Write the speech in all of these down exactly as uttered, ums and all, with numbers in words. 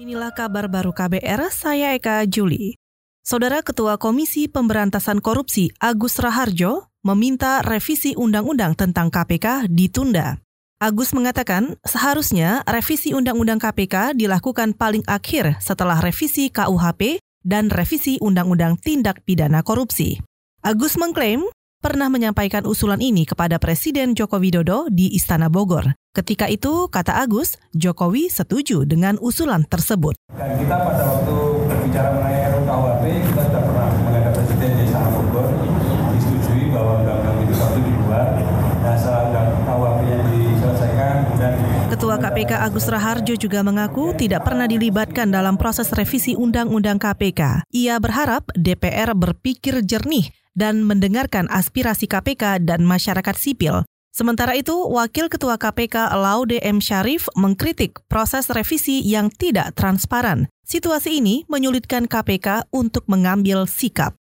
Inilah kabar baru K B R, saya Eka Juli. Saudara Ketua Komisi Pemberantasan Korupsi Agus Raharjo meminta revisi undang-undang tentang K P K ditunda. Agus mengatakan seharusnya revisi undang-undang K P K dilakukan paling akhir setelah revisi K U H P dan revisi Undang-Undang Tindak Pidana Korupsi. Agus mengklaim pernah menyampaikan usulan ini kepada Presiden Joko Widodo di Istana Bogor. Ketika itu, kata Agus, Jokowi setuju dengan usulan tersebut. Dan kita pada waktu berbicara mengenai R U U K U H P, kita sudah pernah menghadap Presiden di Istana Bogor, disetujui bahwa undang-undang itu satu dibuat, dan setelah K U H P yang diselesaikan, kemudian... Ketua K P K Agus Raharjo juga mengaku tidak pernah dilibatkan dalam proses revisi Undang-Undang K P K. Ia berharap D P R berpikir jernih dan mendengarkan aspirasi K P K dan masyarakat sipil. Sementara itu, Wakil Ketua K P K Laude M. Syarif mengkritik proses revisi yang tidak transparan. Situasi ini menyulitkan K P K untuk mengambil sikap.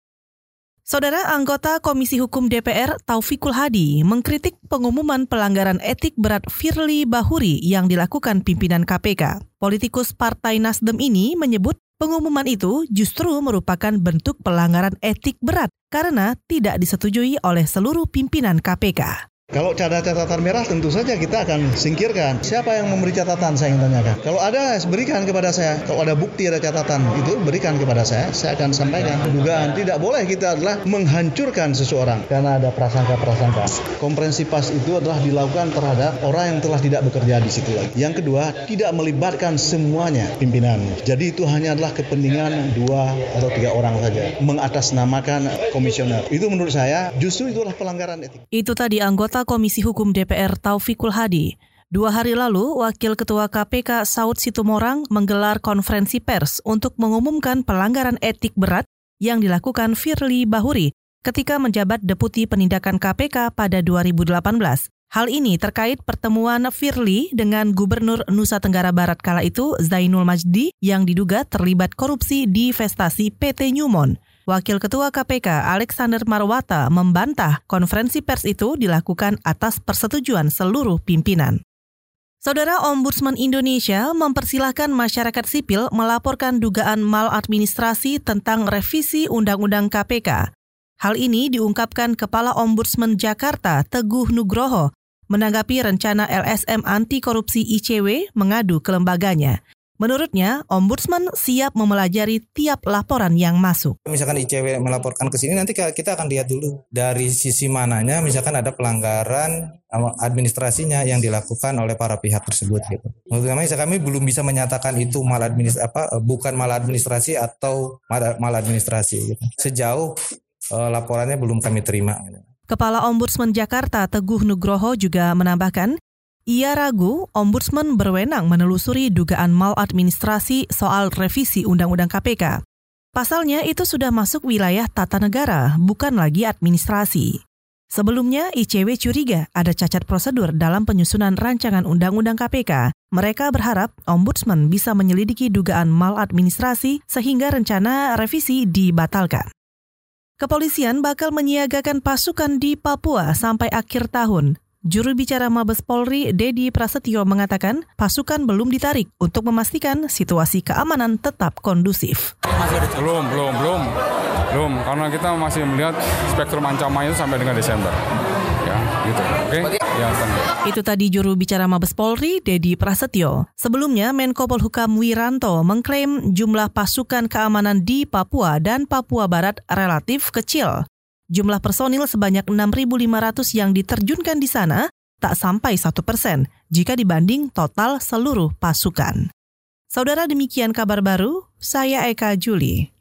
Saudara anggota Komisi Hukum D P R Taufikul Hadi mengkritik pengumuman pelanggaran etik berat Firly Bahuri yang dilakukan pimpinan K P K. Politikus Partai Nasdem ini menyebut pengumuman itu justru merupakan bentuk pelanggaran etik berat karena tidak disetujui oleh seluruh pimpinan K P K. Kalau ada catatan merah tentu saja kita akan singkirkan. Siapa yang memberi catatan, saya ingin tanyakan. Kalau ada, berikan kepada saya. Kalau ada bukti ada catatan, itu berikan kepada saya. Saya akan sampaikan. Dugaan tidak boleh kita adalah menghancurkan seseorang karena ada prasangka-prasangka. Konferensi pers itu adalah dilakukan terhadap orang yang telah tidak bekerja di situ lagi. Yang kedua, tidak melibatkan semuanya pimpinan. Jadi itu hanya adalah kepentingan dua atau tiga orang saja. Mengatasnamakan komisioner. Itu menurut saya justru itu adalah pelanggaran etik. Itu tadi anggota Komisi Hukum D P R Taufikul Hadi. Dua hari lalu, Wakil Ketua K P K Saud Situmorang menggelar konferensi pers untuk mengumumkan pelanggaran etik berat yang dilakukan Firly Bahuri ketika menjabat Deputi Penindakan K P K pada dua ribu delapan belas. Hal ini terkait pertemuan Firly dengan Gubernur Nusa Tenggara Barat kala itu Zainul Majdi yang diduga terlibat korupsi di investasi P T Newmont. Wakil Ketua K P K Alexander Marwata membantah konferensi pers itu dilakukan atas persetujuan seluruh pimpinan. Saudara Ombudsman Indonesia mempersilahkan masyarakat sipil melaporkan dugaan maladministrasi tentang revisi Undang-Undang K P K. Hal ini diungkapkan Kepala Ombudsman Jakarta Teguh Nugroho menanggapi rencana L S M anti korupsi I C W mengadu ke lembaganya. Menurutnya, Ombudsman siap memelajari tiap laporan yang masuk. Misalkan I C W melaporkan ke sini, nanti kita akan lihat dulu dari sisi mananya, misalkan ada pelanggaran administrasinya yang dilakukan oleh para pihak tersebut. Gitu. Menurut kami belum bisa menyatakan itu maladministrasi apa bukan maladministrasi atau maladministrasi. Gitu. Sejauh uh, laporannya belum kami terima. Gitu. Kepala Ombudsman Jakarta Teguh Nugroho juga menambahkan, ia ragu Ombudsman berwenang menelusuri dugaan maladministrasi soal revisi Undang-Undang K P K. Pasalnya itu sudah masuk wilayah tata negara, bukan lagi administrasi. Sebelumnya I C W curiga ada cacat prosedur dalam penyusunan rancangan Undang-Undang K P K. Mereka berharap Ombudsman bisa menyelidiki dugaan maladministrasi sehingga rencana revisi dibatalkan. Kepolisian bakal menyiagakan pasukan di Papua sampai akhir tahun. Juru bicara Mabes Polri, Dedi Prasetyo mengatakan pasukan belum ditarik untuk memastikan situasi keamanan tetap kondusif. Belum, belum, belum, belum, karena kita masih melihat spektrum ancamannya sampai dengan Desember. Ya, gitu. Oke? Ya, tentu. Itu tadi juru bicara Mabes Polri, Dedi Prasetyo. Sebelumnya, Menko Polhukam Wiranto mengklaim jumlah pasukan keamanan di Papua dan Papua Barat relatif kecil. Jumlah personil sebanyak enam ribu lima ratus yang diterjunkan di sana tak sampai satu persen jika dibanding total seluruh pasukan. Saudara, demikian kabar baru, saya Eka Juli.